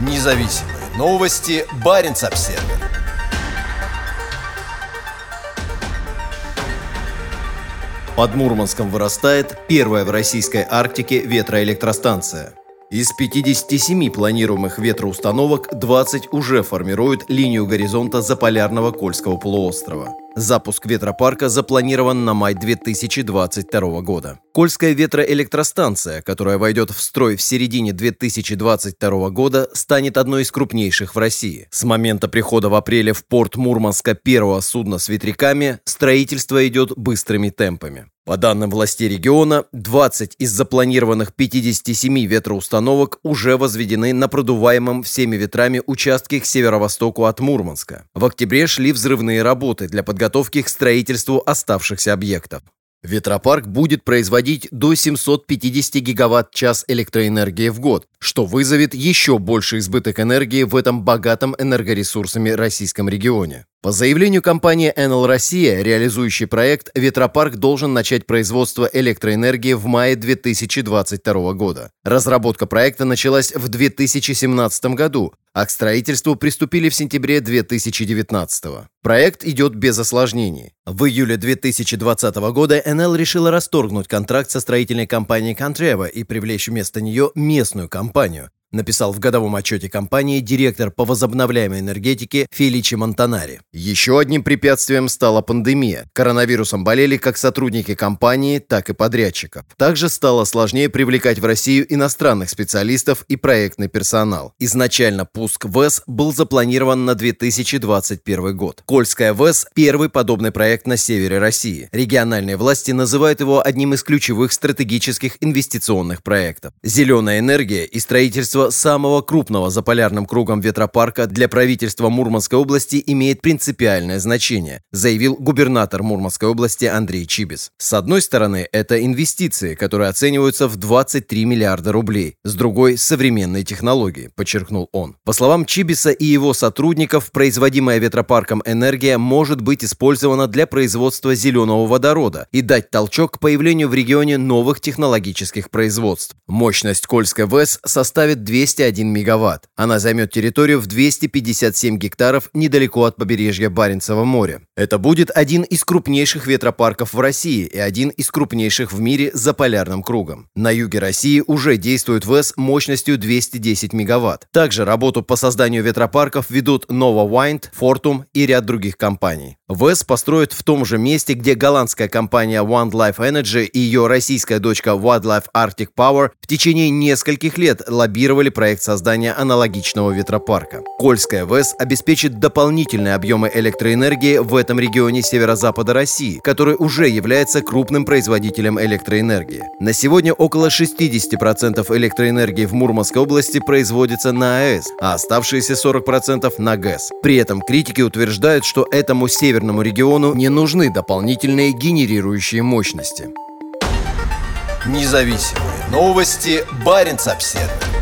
Независимые новости. Баренц-Обсервер. Под Мурманском вырастает первая в российской Арктике ветроэлектростанция. Из 57 планируемых ветроустановок 20 уже формируют линию горизонта Заполярного Кольского полуострова. Запуск ветропарка запланирован на май 2022 года. Кольская ветроэлектростанция, которая войдет в строй в середине 2022 года, станет одной из крупнейших в России. С момента прихода в апреле в порт Мурманска первого судна с ветряками строительство идет быстрыми темпами. По данным властей региона, 20 из запланированных 57 ветроустановок уже возведены на продуваемом всеми ветрами участке к северо-востоку от Мурманска. В октябре шли взрывные работы для подготовки к строительству оставшихся объектов. Ветропарк будет производить до 750 гигаватт-час электроэнергии в год, что вызовет еще больший избыток энергии в этом богатом энергоресурсами российском регионе. По заявлению компании Enel Россия, реализующий проект, ветропарк должен начать производство электроэнергии в мае 2022 года. Разработка проекта началась в 2017 году, а к строительству приступили в сентябре 2019. Проект идет без осложнений. В июле 2020 года Enel решила расторгнуть контракт со строительной компанией Контрево и привлечь вместо нее местную компанию, написал в годовом отчете компании директор по возобновляемой энергетике Феличи Монтанари. Еще одним препятствием стала пандемия. Коронавирусом болели как сотрудники компании, так и подрядчиков. Также стало сложнее привлекать в Россию иностранных специалистов и проектный персонал. Изначально пуск ВЭС был запланирован на 2021 год. Кольская ВЭС – первый подобный проект на севере России. Региональные власти называют его одним из ключевых стратегических инвестиционных проектов. Зеленая энергия и строительство самого крупного заполярным кругом ветропарка для правительства Мурманской области имеет принципиальное значение, заявил губернатор Мурманской области Андрей Чибис. С одной стороны, это инвестиции, которые оцениваются в 23 миллиарда рублей, с другой – современные технологии, подчеркнул он. По словам Чибиса и его сотрудников, производимая ветропарком энергия может быть использована для производства зеленого водорода и дать толчок к появлению в регионе новых технологических производств. Мощность Кольской ВЭС составит 201 мегаватт. Она займет территорию в 257 гектаров недалеко от побережья Баренцева моря. Это будет один из крупнейших ветропарков в России и один из крупнейших в мире с заполярным кругом. На юге России уже действует ВЭС мощностью 210 мегаватт. Также работу по созданию ветропарков ведут Nova Wind, Fortum и ряд других компаний. ВЭС построят в том же месте, где голландская компания One Life Energy и ее российская дочка Wildlife Arctic Power в течение нескольких лет лоббировали проект создания аналогичного ветропарка. Кольская ВЭС обеспечит дополнительные объемы электроэнергии в этом регионе северо-запада России, который уже является крупным производителем электроэнергии. На сегодня около 60% электроэнергии в Мурманской области производится на АЭС, а оставшиеся 40% на ГЭС. При этом критики утверждают, что этому северному региону не нужны дополнительные генерирующие мощности. Независимые новости. Баренц-Обсервер.